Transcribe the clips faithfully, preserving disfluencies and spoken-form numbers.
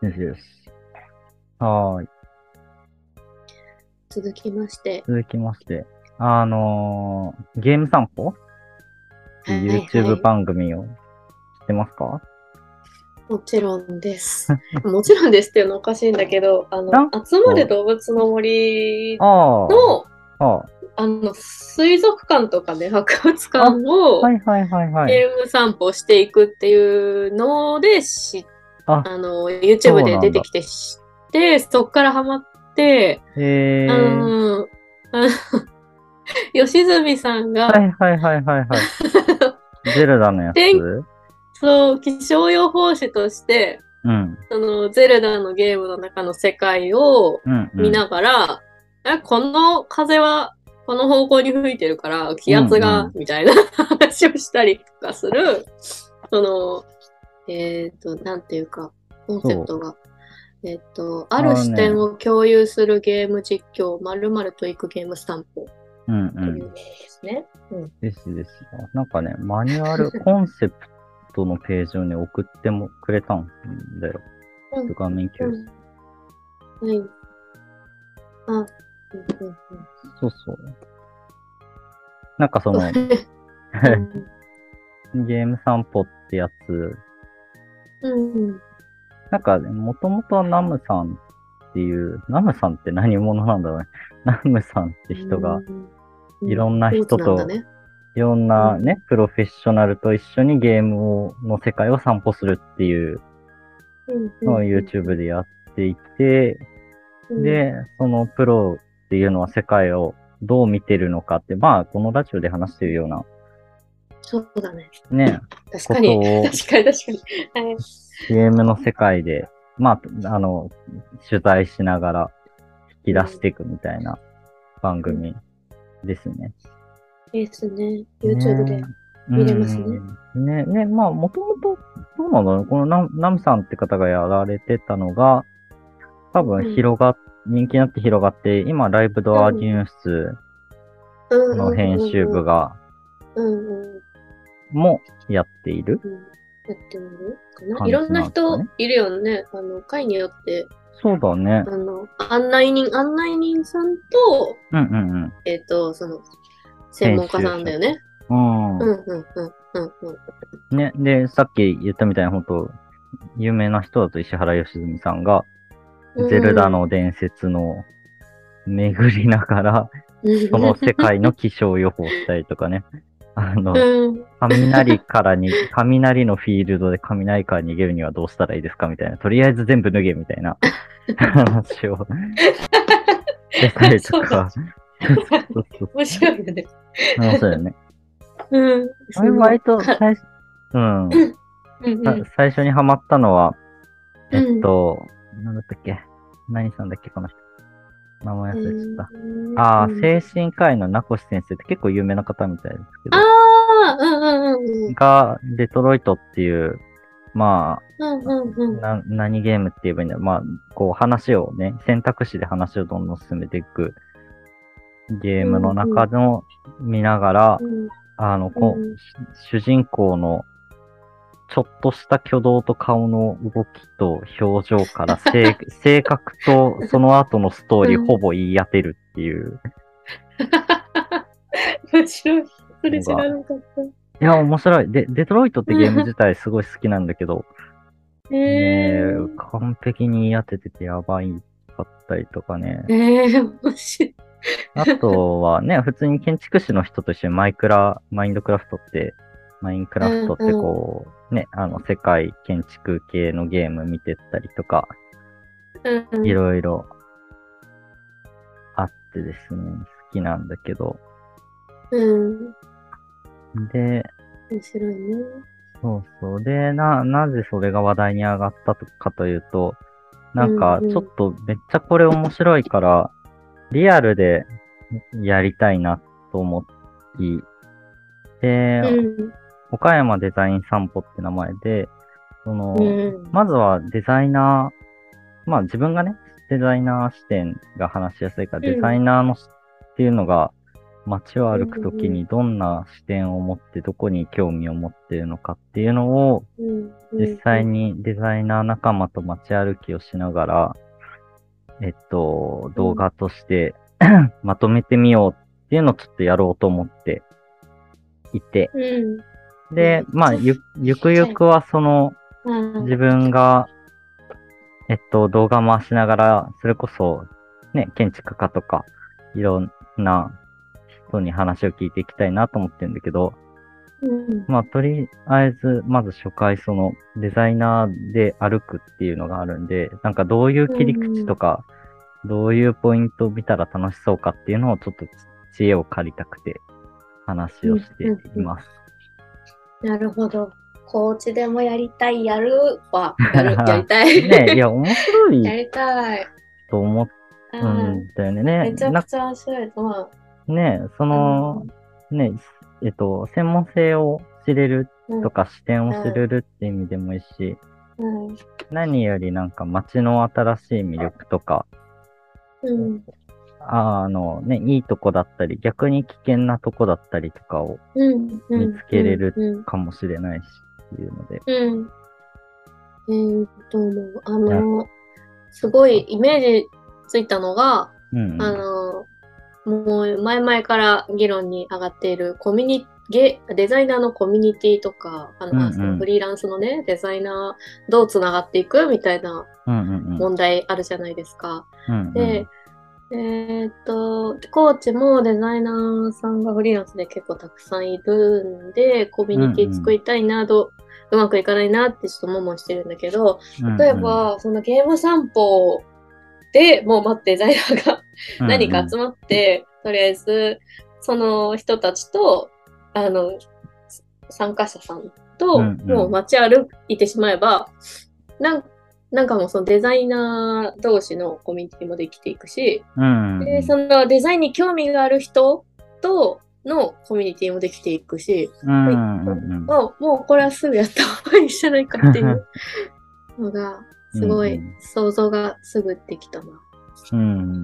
よしよし。はーい。 続きまして。 続きまして。あのー、ゲーム散歩っていう YouTube 番組を知ってますか？ もちろんです。もちろんですっていうのおかしいんだけど、あの、集まる動物の森の、 ああ、 あの、水族館とかね、博物館を、 はいはいはいはい。 ゲーム散歩していくっていうのでし、あの、YouTube で出てきて知って、そっからハマって、 へあの、あの吉住さんが、 はいはいはいはいはい。ゼルダのやつそう、気象予報士として、 うん、 そのゼルダのゲームの中の世界を見ながら、うんうん、この風はこの方向に吹いてるから気圧が、うんうん、みたいな話をしたりとかする、その、えっ、ー、と、なんていうか、コンセプトが、えっ、ー、と、ある視点を共有するゲーム実況、まるまるといくゲームスタンプというものですね。 うんうん、ですです。なんかね、マニュアル、コンセプトのページをね、送ってもくれたんだよ。ちょっと画面共有する。 うん、はい。あ、うんうんうん。 そうそう。なんかその、ゲーム散歩ってやつ、 うんうん、 なんかね、もともとはナムさんっていう、ナムさんって何者なんだろうね。ナムさんって人が、いろんな人と、ね、いろんなね、うん、プロフェッショナルと一緒にゲームをの世界を散歩するっていうのを YouTube でやっていて、うん、で、そのプロっていうのは世界をどう見てるのかって、まあ、このラジオで話してるような、 そうだね。 ね。 確かに。確かに確かに。はい。 ゲームの世界で、まあ、あの、取材しながら引き出していくみたいな番組ですね。 うん、ですね。YouTube で見れますね。 ね、ね、まあ、もともと、どうなんだろう、このナナムさんって方がやられてたのが、多分広がっ、うん、人気になって広がって、今、ライブドアニュースの編集部が、もやっている、 うんうんうん、やってみるかな。いろんな人いるよね。あの、会によって。 そうだね。 あの、案内人、案内人さんと、 うんうんうん。 えっと、その、専門家さんだよね。 うん。うんうんうんうん。ね、で、さっき言ったみたいに、本当有名な人だと石原良純さんが、ゼルダの伝説の巡りながら、その世界の気象予報したりとかね。あの、うん、雷からに、雷のフィールドで雷から逃げるにはどうしたらいいですかみたいな。とりあえず全部脱げみたいな話をしてたりとか。 面白いよね。 面白いよね。 うん。 あれ割と最初、うん。最初にハマったのは、えっと、うん、なんだったっけ何さんだっけこの人。名前忘れちゃった。ああ、精神科医の名越先生って結構有名な方みたいですけど。 ああ、うんうんうん。 が、デトロイトっていう、まあ、 うんうんうん、 な何ゲームって言えばいいんだろう。まあ、こう話をね、選択肢で話をどんどん進めていくゲームの中の見ながら、うんうん、あの、こう、うん、主人公のちょっとした挙動と顔の動きと表情から性性格とその後のストーリーほぼ言い当てるっていう。 面白い。それ知らなかった。 いや、面白い。で、デトロイトってゲーム自体すごい好きなんだけど、 えー、 ね、完璧に言い当てててやばいかったりとかね。 えー、面白い。 あとはね、普通に建築士の人と一緒にマイクラ、マインドクラフトって、マインクラフトってこう、うんうん、ね、あの、世界建築系のゲーム見てったりとか、うん、いろいろあってですね、好きなんだけど。 うん。 で、 面白いね。 そうそう。で、な、なぜそれが話題に上がったかというと、なんか、ちょっとめっちゃこれ面白いから、リアルでやりたいなと思い、で、うん、岡山デザイン散歩って名前で、その、うん、まずはデザイナー、まあ自分がね、デザイナー視点が話しやすいから、デザイナーのっていうのが街を歩くときにどんな視点を持ってどこに興味を持っているのかっていうのを実際にデザイナー仲間と街歩きをしながらえっと動画としてまとめてみようっていうのをちょっとやろうと思っていてでまあゆ、ゆくゆくはその自分がえっと動画回しながらそれこそね建築家とかいろんな人に話を聞いていきたいなと思ってるんだけど、うん、まあとりあえずまず初回そのデザイナーで歩くっていうのがあるんで、なんかどういう切り口とか、うん、どういうポイントを見たら楽しそうかっていうのをちょっと知恵を借りたくて話をしています。 うんうんうん、なるほど。コーチでもやりたい、やるは、やる、やりたい。 ねいや、面白い。 やりたい。 と思うんだよね。ねめちゃくちゃ面白い。まあねその、うん、ねえっと、専門性を知れるとか、うん、視点を知れるって意味でもいいし、うん、何よりなんか街の新しい魅力とか、うん、あのね、いいとこだったり、逆に危険なとこだったりとかを見つけれるかもしれないし、っていうので。 うん。えー、っと、あの、すごいイメージついたのが、うん、あの、もう前々から議論に上がっているコミュニゲデザイナーのコミュニティとか、あの、うんうん、そのフリーランスのね、デザイナーどうつながっていくみたいな問題あるじゃないですか。うんうん、で、えー、っと、コーチもデザイナーさんがフリーランスで結構たくさんいるんで、コミュニティ作りたいな、どう、うまくいかないなってちょっとももしてるんだけど、例えば、うんうん、そのゲーム散歩でもう待ってデザイナーが何か集まって、うんうん、とりあえずその人たちとあの参加者さんともう街歩いてしまえば、うんうん、なんなんかもうそのデザイナー同士のコミュニティもできていくし、うんうん、でそのデザインに興味がある人とのコミュニティもできていくし、うんうんうん、もうもうこれはすぐやった方がいいじゃないかっていうのがすごい想像がすぐできたな。 うん、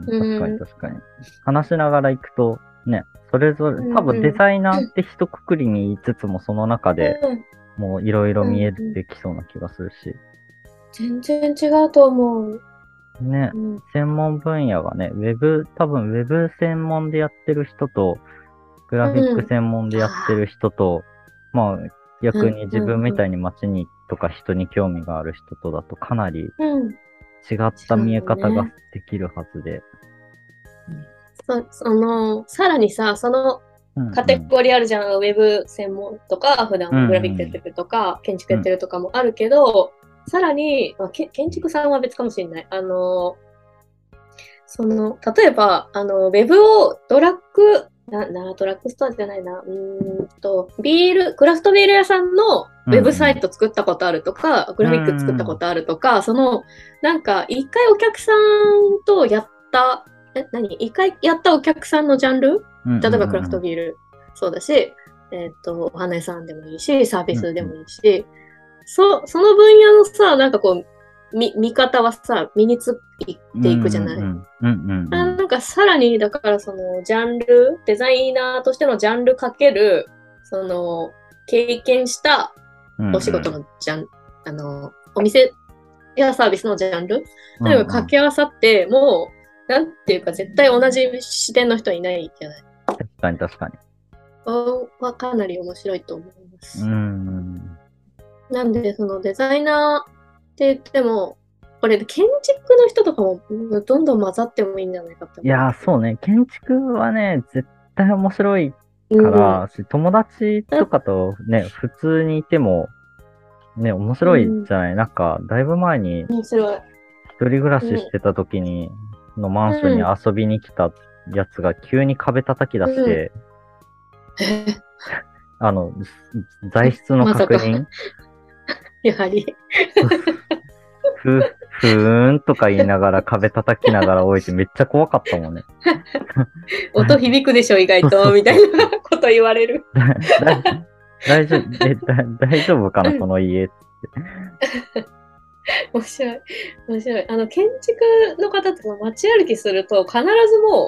確かに確かに。話しながら行くと、ね、それぞれ、多分デザイナーって一括りに言いつつも、その中でもういろいろ見えてきそうな気がするし。 全然違うと思う。 ね、うん、専門分野がね、ウェブ、多分ウェブ専門でやってる人と、グラフィック専門でやってる人と、うん、まあ、逆に自分みたいに街にとか人に興味がある人とだとかなり違った見え方ができるはずで。 うん、そ, その、さらにさ、そのカテゴリーあるじゃん、うんうん、ウェブ専門とか、普段グラフィックやってるとか、うんうん、建築やってるとかもあるけど、うん、さらに、まあ、建築さんは別かもしれない。あの、その、例えば、あの、ウェブをドラッグ、な、な、ドラッグストアじゃないな。うーんと、ビール、クラフトビール屋さんのウェブサイト作ったことあるとか、うん、グラフィック作ったことあるとか、その、なんか、一回お客さんとやった、え、何一回やったお客さんのジャンル、例えばクラフトビール、そうだし、えっと、お花屋さんでもいいし、サービスでもいいし、うん、そ、その分野のさ、なんかこう、見、見方はさ、身についていくじゃない。なんかさらに、だからそのジャンル、デザイナーとしてのジャンルかける、その、経験したお仕事のジャン、うんうん、あの、お店やサービスのジャンル、とにかく掛け合わさって、もう、なんていうか絶対同じ視点の人はいないじゃない。 確かに確かに。 はかなり面白いと思います。うん、なんで、そのデザイナー、って言っても、これ建築の人とかもどんどん混ざってもいいんじゃないかって。 いやー、そうね。建築はね、絶対面白いから、うん、友達とかとね、普通にいても、ね、面白いじゃない、うん、なんか、だいぶ前に、 面白い。 一人暮らししてた時に、のマンションに遊びに来たやつが急に壁叩き出して、うん、あの、材質の確認。 やはり。 ふ、ふーんとか言いながら壁叩きながら置いてめっちゃ怖かったもんね。 音響くでしょ、意外と、みたいなこと言われる。 大丈夫、え、だ大丈夫かな、この家って。 面白い。面白い。あの、建築の方とか街歩きすると必ずも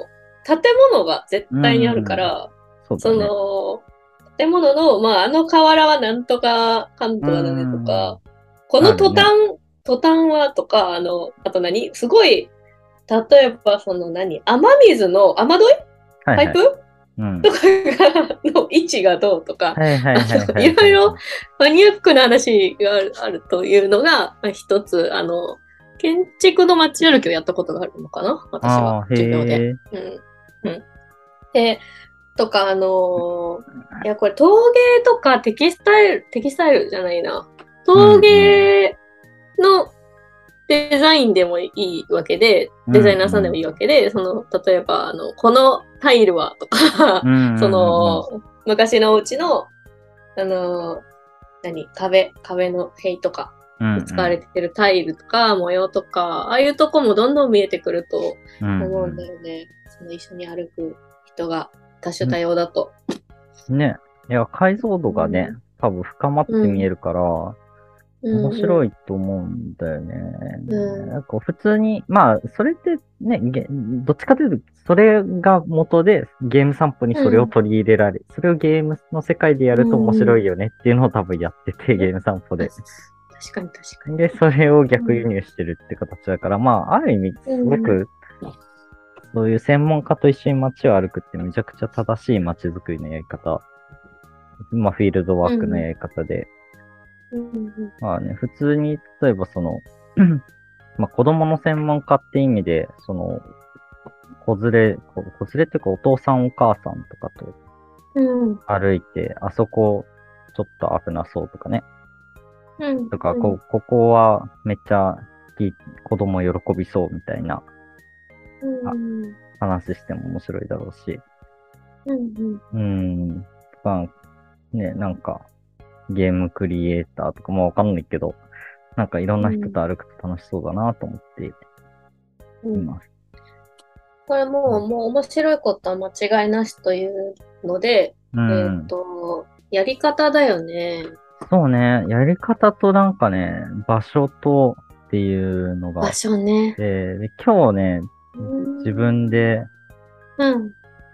建物が絶対にあるから、 うん、そ、ね、 その、建物の、まあ、あの河原はなんとか関東だねとか、このトタン、ね、トタンはとか、あの、あと何すごい、例えばその何雨水の、雨どいパイプ、はいはいうん、とかが、の位置がどうとか、いろいろマニアックな話がある、あるというのが、一つ、あの、建築の街歩きをやったことがあるのかな私は、授業で。うん。うん。で、とか、あのー、いや、これ陶芸とかテキスタイル、テキスタイルじゃないな。陶芸のデザインでもいいわけで、デザイナーさんでもいいわけで、うんうん、その、例えば、あの、このタイルはとか、うんうんうん、その、昔のお家の、あの、何、壁、壁の塀とか、使われてるタイルとか、模様とか、ああいうとこもどんどん見えてくると思うんだよね。うんうん、その一緒に歩く人が多種多様だと。 ね。いや、解像度がね、うん、多分深まって見えるから、面白いと思うんだよね。うん、なんか普通に、まあ、それってね、どっちかというと、それが元でゲーム散歩にそれを取り入れられ、うん、それをゲームの世界でやると面白いよねっていうのを多分やってて、うん、ゲーム散歩で。 確かに確かに。 で、それを逆輸入してるって形だから、うん、まあ、ある意味、すごく、そういう専門家と一緒に街を歩くってめちゃくちゃ正しい街づくりのやり方。まあ、フィールドワークのやり方で。うん、まあね、普通に、例えばその、まあ子供の専門家って意味で、その、子連れ、子連れっていうかお父さんお母さんとかと歩いて、うん、あそこちょっと危なそうとかね。うん、とか、こ、ここはめっちゃ子供喜びそうみたいな、うん、話しても面白いだろうし。うん、うん。うん。とか、ね、なんか、ゲームクリエイターとかもわかんないけど、なんかいろんな人と歩くと楽しそうだなと思っています。 うん、これもう、もう面白いことは間違いなしというので、うん、えっと、やり方だよね。 そうね、やり方となんかね、場所とっていうのが。 場所ね。 で、今日ね、自分で、うん。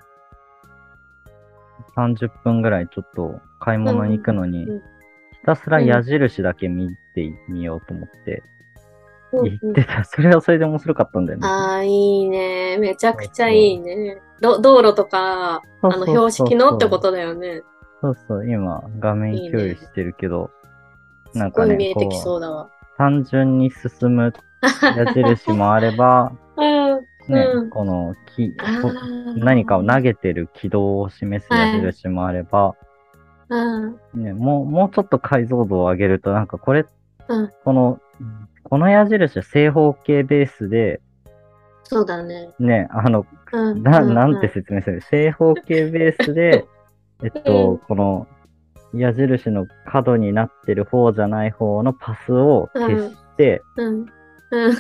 さんじゅっぷんぐらいちょっと買い物に行くのに、ひたすら矢印だけ見てみようと思って、行ってた。それはそれで面白かったんだよね。 ああ、いいね。めちゃくちゃいいね。ど道路とか、あの、標識のってことだよね。 そうそう、今、画面共有してるけど、 いいね、なんかね、すごい見えてきそうだわ。 単純に進む矢印もあれば、うんね、うん、このき何かを投げてる軌道を示す矢印もあれば、はいね、もう、もうちょっと解像度を上げると、なんかこれ、うん、この、この矢印は正方形ベースで、 そうだね。 ね、あの、うん、な、なんて説明する、正方形ベースで、えっと、うん、この矢印の角になってる方じゃない方のパスを消して、うんうん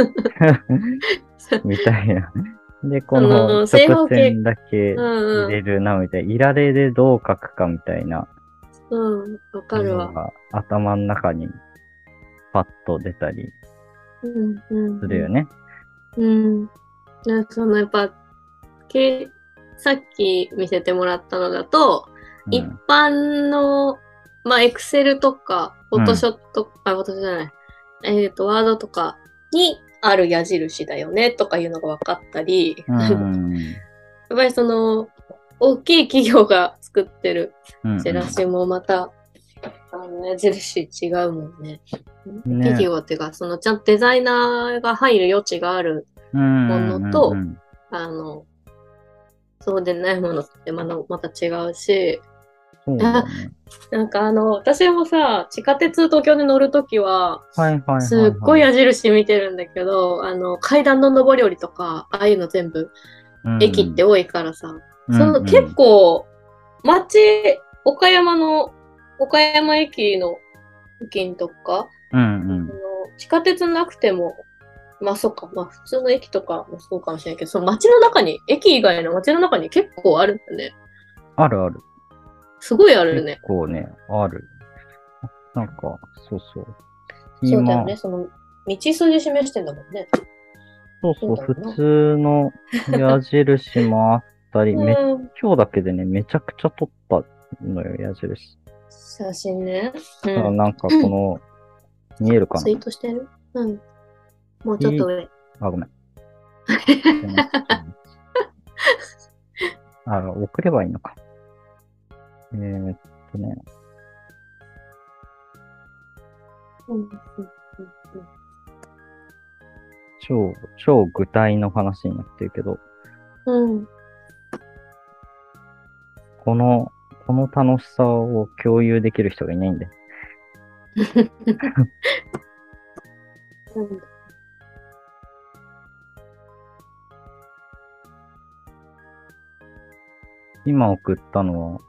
みたいな。で、この直線だけ入れるな、みたいな。いられでどう書くかみたいな。 うん、わかるわ。 頭の中にパッと出たりするよね。 うん。うん、そのやっぱ、けさっき見せてもらったのだと、うん、一般の、まあ、エクセルとか、フォトショット、うん、あ、フォトショットじゃない。えっと、ワードとかにある矢印だよねとかいうのが分かったり、うん、やっぱりその大きい企業が作ってるチラシもまた、うんうん、あの矢印違うもんね。ね、企業っていうかそのちゃんとデザイナーが入る余地があるものと、うんうんうん、あのそうでないものってまだまた違うし。そうだね、なんかあの、私もさ、地下鉄東京で乗るときは、はいはいはいはい、すっごい矢印見てるんだけど、あの、階段の上り下りとか、ああいうの全部、うん、駅って多いからさ、うんうん、その結構、街、岡山の、岡山駅の付近とか、うんうん、地下鉄なくても、まあそっか、まあ普通の駅とかもそうかもしれないけど、その街の中に、駅以外の街の中に結構あるんだね。 あるある。 すごいあるね。 結構ね、ある。なんか、そうそう。 そうだよね。その、道筋示してんだもんね。 そうそう、普通の矢印もあったり、うん、め今日だけでね、めちゃくちゃ撮ったのよ、矢印。 写真ね。 うん、なんかこの、うん、見えるかなツイートしてるうん。もうちょっと上。 あ、ごめん。あ、送ればいいのか。えー、っとね。 うんうん超、超具体の話になってるけど。 うん。 この、この楽しさを共有できる人がいないんで。うん、今送ったのは、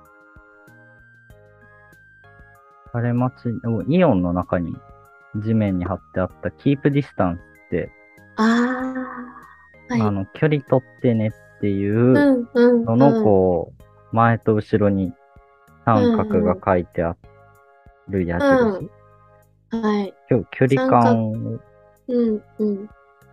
あれ町、イオンの中に地面に貼ってあったキープディスタンスって、 ああ、はい、 あの、距離取ってねっていうのの、こう、前と後ろに三角が書いてある矢印。 うん、はい。 距離感を。 うん、うん。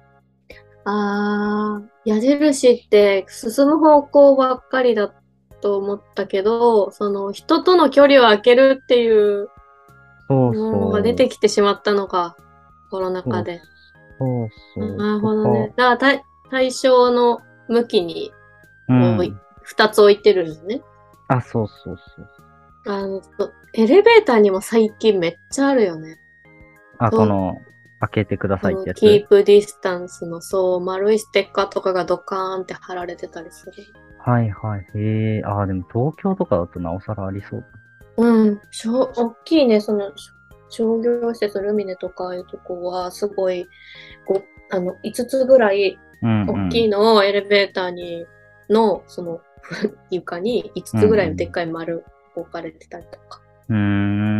ああ、矢印って進む方向ばっかりだと思ったけど、その人との距離を空けるっていうのが出てきてしまったのか、コロナ禍で。 そうそう。 なるほどね。だから対象の向きに二、うん、つ置いてるのね。 あ、そうそうそう。 あの、エレベーターにも最近めっちゃあるよね。 あ、この、開けてくださいってやつ。 キープディスタンスの、そう、丸いステッカーとかがドカーンって貼られてたりする。 はいはい。へえ、ああ、でも東京とかだとなおさらありそう。 うん、しょ、大きいね、その、商業施設、ルミネとかいうとこは、すごい、こう、あの、いつつぐらい、大きいのをエレベーターに、の、その、床にいつつぐらいのでっかい丸置かれてたりとか。 うん、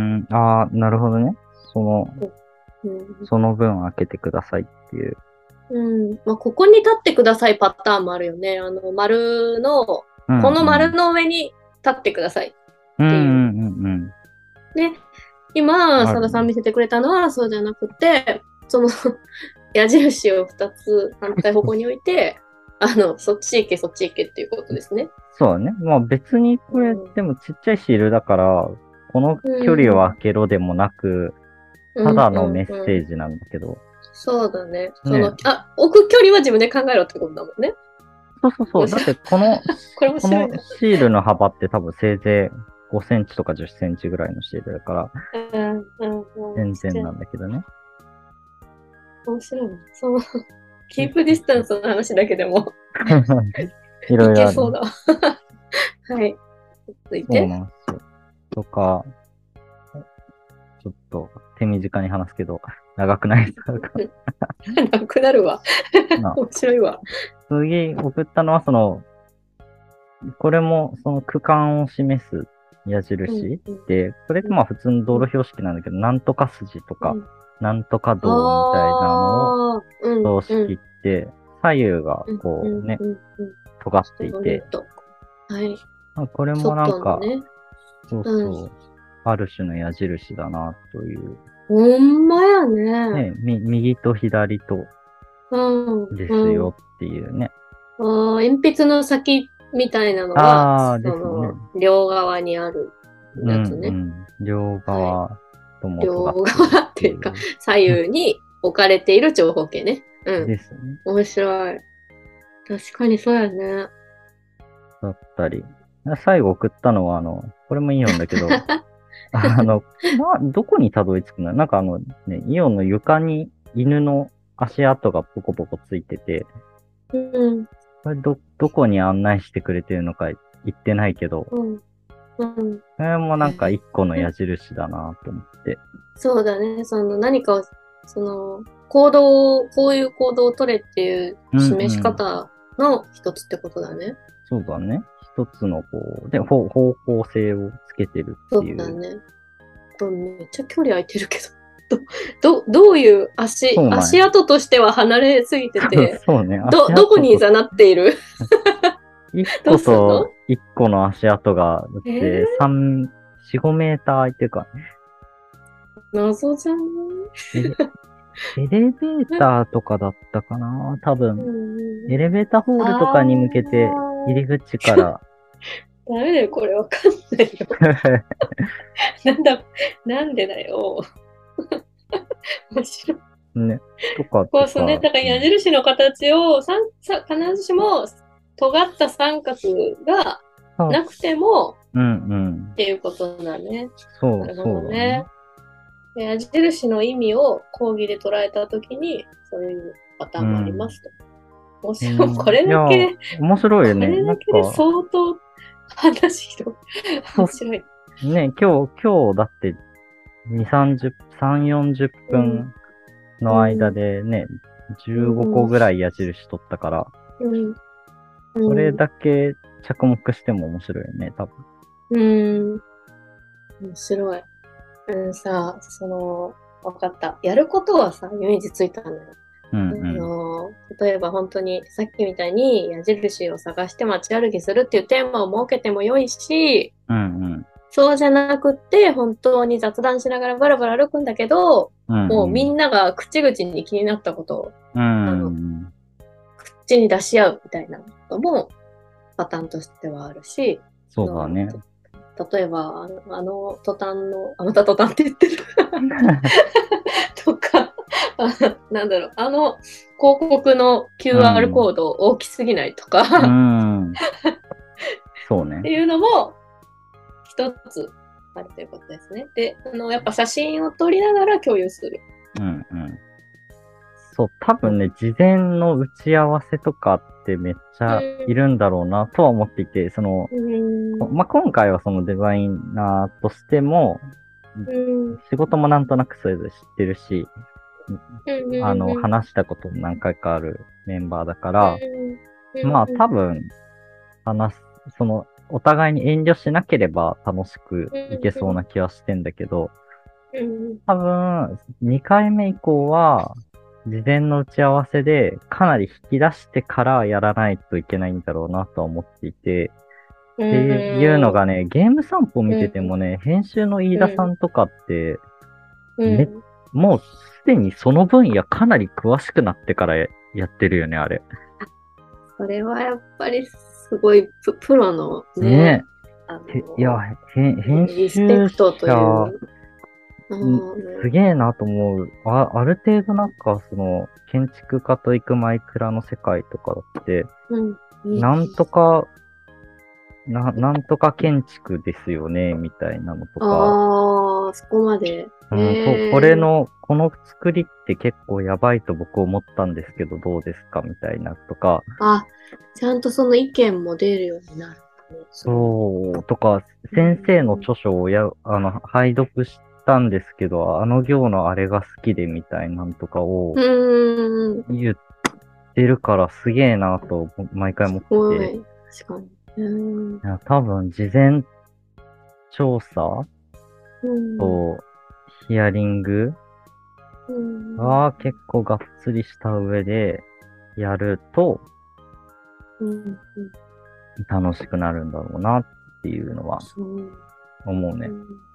うん、ああ、なるほどね。その、うん、その分開けてくださいっていう。 うん。まあ、ここに立ってくださいパターンもあるよね。あの、丸の、うんうん、この丸の上に立ってくださいっていう。うんうんうん、で、今、佐田さん見せてくれたのはそうじゃなくて、その矢印をふたつ反対方向に置いて、あの、そっち行け、そっち行けっていうことですね。 そうね。まあ別にこれ、うん、でもちっちゃいシールだから、この距離を空けろでもなく、うん、ただのメッセージなんだけど。うんうんうん、 そうだね。その、ね、あ、置く距離は自分で考えろってことだもんね。 そうそうそう。だってこの、こ, れこのシールの幅って多分せいぜいごセンチとかじゅっセンチぐらいのシールだから、うんうんうん、全然なんだけどね。 面白いね。その、キープディスタンスの話だけでもいろいろある。いけそうだ。はい。続いて。 そうなんですよ。とか、ちょっと手短に話すけど、長くないですか？ 長くなるわ。面白いわ。 次送ったのは、その、これもその区間を示す矢印で、これってまあ普通の道路標識なんだけど、なんとか筋とか、なんとか道みたいなのを標識って、左右がこうね、尖っていて、 はい。 これもなんか、そうそう、ある種の矢印だなという。 ほんまやね。 ね、み、右と左と、ですよっていうね。 うん、ああ、鉛筆の先みたいなのが、あ、その、ね、両側にあるやつね。 うんうん、両側とも、 はい、両側っていうか、左右に置かれている長方形ね。うん。ですね。面白い。確かにそうやね。 だったり。最後送ったのは、あの、これもイオンだけど、あの、な、どこにたどり着くの？なんかあの、ね、イオンの床に犬の足跡がポコポコついてて、うん。これど、どこに案内してくれてるのか言ってないけど、うん。うん。これもなんか一個の矢印だなと思って。 そうだね。その何かを、その、行動を、こういう行動を取れっていう示し方の一つってことだね。 うんうん、そうだね。一つのこう、で、方向性をつけてるっていう。 そうだね。めっちゃ距離空いてるけど。ど、ど、どういう足、足跡としては離れすぎてて、 そうね。 ど、どこにいざなっている一個と一個の足跡が、だって三、四、五メーター空いてるからね。 謎じゃん。 エレベーターとかだったかな多分。エレベーターホールとかに向けて入り口から。 ダメだよ、これわかんないよ。なんだ、なんでだよ。面白い。 ね。とかこうそうね、だから矢印の形を、さんさ必ずしも尖った三角がなくても、 うんうん。 っていうことだね。 そう、 なるほそうどね。矢印の意味を講義で捉えたときに、そういうパターンもありますと。面白い。これだけで、 面白いよね。 これだけで相当話広い。面白い。 ね、今日、今日だってに、さんじゅう、さん、よんじゅっぷんの間でね、うん、じゅうごこぐらい矢印取ったから、うんうん、それだけ着目しても面白いよね、多分。 うん。面白い。うん、さ、その、わかった。やることはさ、イメージついたのよ。うんうん、あの例えば本当にさっきみたいに矢印を探して街歩きするっていうテーマを設けてもよいし、 うんうん、 そうじゃなくって本当に雑談しながらバラバラ歩くんだけど、うんうん、もうみんなが口々に気になったことを、うんうん、あの口に出し合うみたいなこともパターンとしてはあるし、 そうだね。 例えばあの、あの途端の、あまた途端って言ってるとか、なんだろう、あの広告の キューアール コード大きすぎないとか、うん、 そうね。 っていうのも一つあるということですね。で、あのやっぱ写真を撮りながら共有する。 うんうん。そう、多分ね、事前の打ち合わせとかってめっちゃいるんだろうなとは思っていて、その、まあ、今回はそのデザイナーとしても、仕事もなんとなくそれぞれ知ってるし、あの、話したことも何回かあるメンバーだから、まあ多分、話す、その、お互いに遠慮しなければ楽しくいけそうな気はしてんだけど、多分、にかいめ以降は、事前の打ち合わせでかなり引き出してからやらないといけないんだろうなとは思っていて、っていうのがね、ゲーム散歩見ててもね、編集の飯田さんとかって、ね、もうすでにその分野かなり詳しくなってからやってるよね、あれ。 それはやっぱりすごいプ、プロのね、 ねあのいや、編集者、すげえなと思う。あ、ある程度なんか、その、建築家と行くマイクラの世界とかだって、うん、なんとか、な、なんとか建築ですよね、みたいなのとか。 ああ、そこまで。 うん、これの、この作りって結構やばいと僕思ったんですけど、どうですかみたいなとか。 あ、ちゃんとその意見も出るようになる、 ね。そう、とか、先生の著書をや、あの、拝読したんですけど、あの行のあれが好きでみたいなんとかを言ってるからすげえなと毎回思ってて。 確かに。うんいや多分、事前調査とヒアリングは結構がっつりした上でやると楽しくなるんだろうなっていうのは思うね。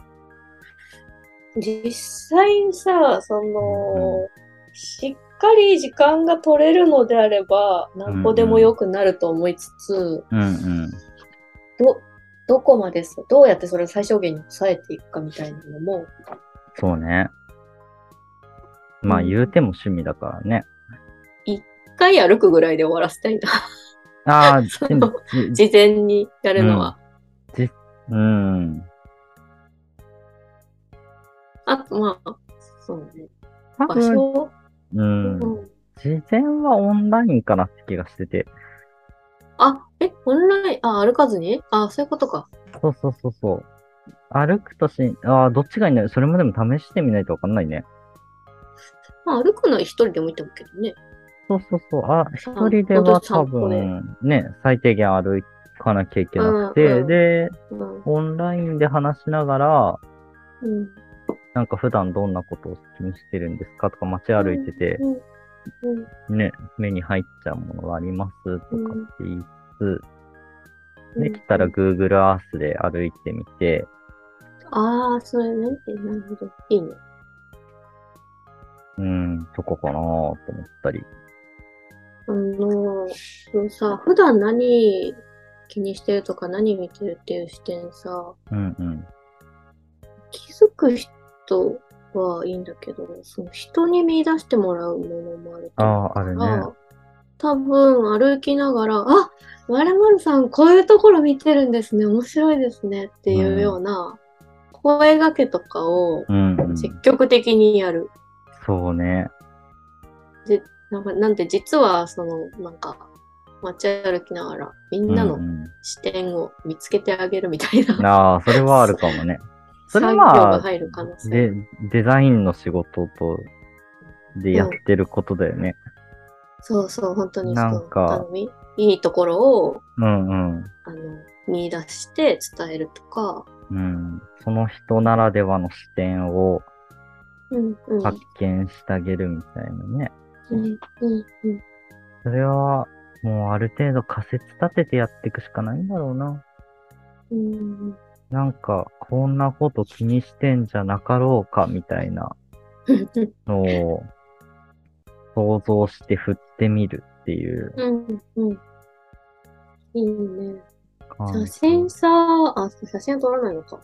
実際さ、その、うん、しっかり時間が取れるのであれば、何個でも良くなると思いつつ、うんうん、ど、どこまで、どうやってそれを最小限に抑えていくかみたいなのも。 そうね。まあ言うても趣味だからね。 一回歩くぐらいで終わらせたいな。 ああ、 事前にやるのは。 うん。じうんあと、まあ、そうね。場所、 うん、うん。事前はオンラインかなって気がしてて。 あ、え、オンライン、あ、歩かずにあ、そういうことか。 そうそうそうそう。歩くとし、あどっちがいいんだよ。それもでも試してみないとわかんないね。 まあ、歩くのは一人でもいいと思うけどね。 そうそうそう。あ、一人では多分、ね、最低限歩かなきゃいけなくて、うんうん、で、うん、オンラインで話しながら、うん、なんか普段どんなことを好きにしてるんですかとか街歩いてて、うんうん、ね、目に入っちゃうものがありますとかって言いつつ、うん、できたら Google Earth で歩いてみて、 ああ、それね。なるほど。いいね。 うん、とかかなと思ったり。 あの、さ、普段何気にしてるとか何見てるっていう視点さ、 うんうん、 気づく人はいいんだけど、その人に見出してもらうものもあると思うああ、あかるね。 ら、多分歩きながら、あ、〇〇さんこういうところ見てるんですね、面白いですねっていうような声掛けとかをうんうん、 積極的にやる。 そうね。 で、なんかなんで実はそのなんか街歩きながらみんなのうん視点を見つけてあげるみたいうん、 なああ、それはあるかもね。それ作業まあ、 が入る可能性。 で、デザインの仕事と、でやっうん、 てることだよね。 そうそう、本当になんそう。あか、 のみいいところをうんうん、 あの見出して伝えるとか、 うん、その人ならではの視点をうんうん発見してあげるみたいなね。 うんうんうんそれは、もうある程度仮説立ててやっていくしかないんだろうな。 うんなんか、こんなこと気にしてんじゃなかろうかみたいなのを想像して振ってみるっていううんうんいいね。写感じ。 真さ、あ、写真撮らないのか。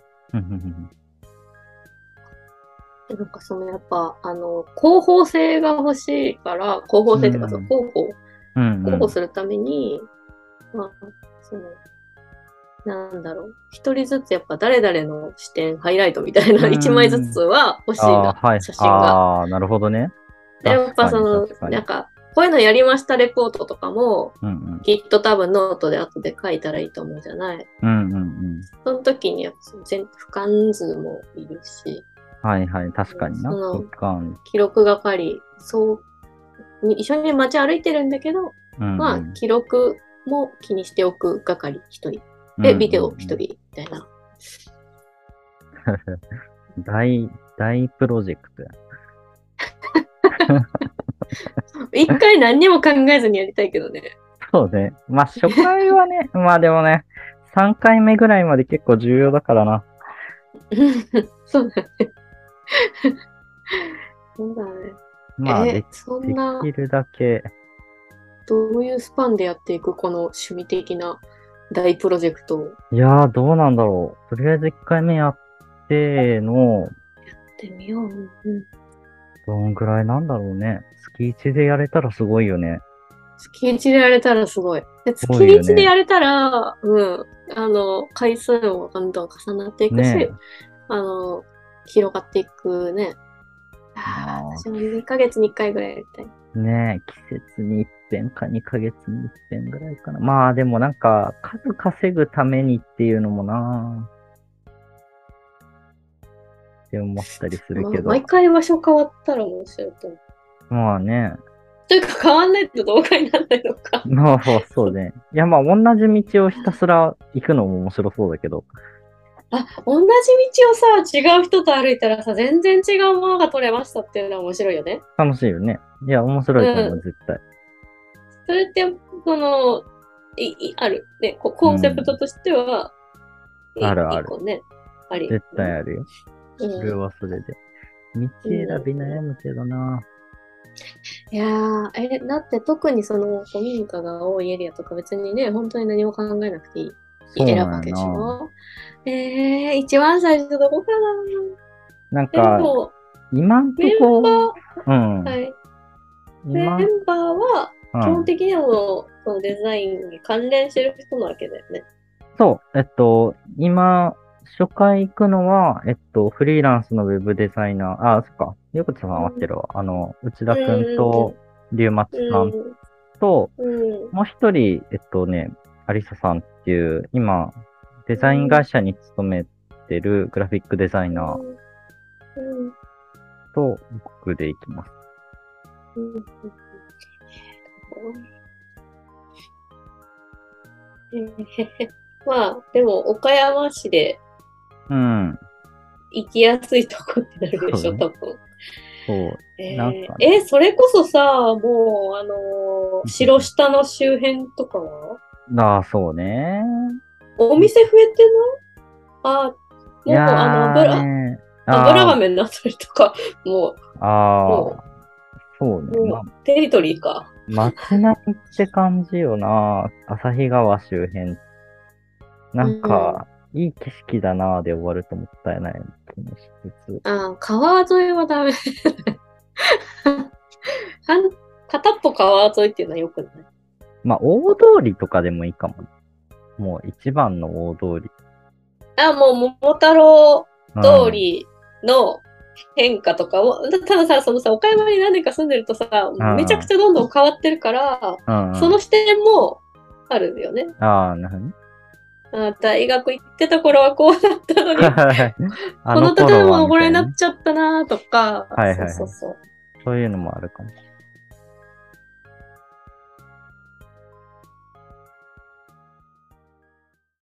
でなんかそのやっぱ、あの、広報性が欲しいから、広報性っていうか、その広報、 うんうん。 広報するために、まあ、その、なんだろう。一人ずつやっぱ誰々の視点、ハイライトみたいな一枚ずつは欲しいああ、 な、 はい。 写真が。 ああ、なるほどね。 で、やっ確かに、 ぱその、 確かに。 なんか、こういうのやりましたレポートとかも、 うんうん。 きっと多分ノートで後で書いたらいいと思うじゃない。 うんうんうん。 その時にやっぱその全俯瞰図もいるし、 はいはい、確かにな。 その俯瞰。 記録係、そう、一緒に街歩いてるんだけど、 うんまあ、 うん。 記録も気にしておく係一人。で、 うんうんビデオ一人うん。 みたいな。 大、大プロジェクトや。 一回何にも考えずにやりたいけどね。 そうね。まあ、初回はね、まあでもね、さんかいめぐらいまで結構重要だからな。 そうだね。そうだね。 まあ、 え、 で、 そんでな、 きるだけ、 どういうスパンでやっていくこの趣味的な大プロジェクトをやいやー、どうなんだろう。とりあえずいっかいめやっての、 ってみよう。うん、 どんぐらいなんだろうね。月いちでやれたらすごいよね。 月いちでやれたらすごい。ですご月いちでいよね。 やれたら、うん、あの、回数もどんどん重なっていくし、 ねあの、広がっていくね。 え。 ああ、 ま私もにかげつにいっかいぐらいやりたい。 あ、ねえ、季節に一遍かにかげつに一遍ぐらいかな。まあでもなんか、数稼ぐためにっていうのもなって思ったりするまあ、 けど。 毎回場所変わったら面白いと思う。 まあね。 というか変わんないと動画にならないのか。 まあそうね。いやまあ同じ道をひたすら行くのも面白そうだけど。 あ、同じ道をさ、違う人と歩いたらさ、全然違うものが撮れましたっていうのは面白いよね。 楽しいよね。いや、面白いと思う、 うん。 絶対。 それって、その、い、いある。ね、ココンセプうん。 トとしては、いあるある。 一個ね、あり。 絶対あるよ。 うん。 それはそれで。道選び悩むけどな。 いやー、え、だって特にその古民家が多いエリアとか別にね、本当に何も考えなくていい。 そうなんや選ぶわけでしな。 ょ。えー、一番最初どこかな。でなんか、 も、 今んとメンこ、うん。 バー、はい。メ今、 ンバーは基本うん。 的にはもうそのデザインに関連してる人なわけだよね。 そう、えっと、今、初回行くのは、えっと、フリーランスのウェブデザイナー、あ、そっか、横田さん合ってるわ。あの、内田くんと、龍松さんと、 うん、うん、 もう一人、えっとね、アリサさんっていう、今、デザイン会社に勤めてるグラフィックデザイナーうん、 と僕で行きます。 うん。まあ、でも岡山市でうん。 行きやすいとこってなるでしょ、 そうね。 多分。 そう。なんえー、 かね。 え、それこそさ、もう、あのー白下の周辺とかはああ、そうね。 お店増えてないあ、 いもう、あの、 やーブラ、 ね。 あ、ブラあガメンのあたりとか、もあ、 う、もああ、 そうね。 ま、テリトリーか。 街並みって感じよな。旭川周辺。なんか、うん、いい景色だなで終わると思ったよね。気もしつつ。 ああ、川沿いはダメ。片っぽ川沿いっていうのはよくない？ まあ、大通りとかでもいいかも。もう一番の大通り。 あ、もう桃太郎通りの変化とかを、うん、たださ、そのさ、岡山に何年か住んでるとさ、めちゃくちゃどんどん変わってるから、うん、その視点もあるんだよね。 ああ、なるほど。 あ、大学行ってた頃はこうだったのに、この建物もこれになっちゃったなとか、 はいはいはい、そうそうそう。そういうのもあるかもしれない。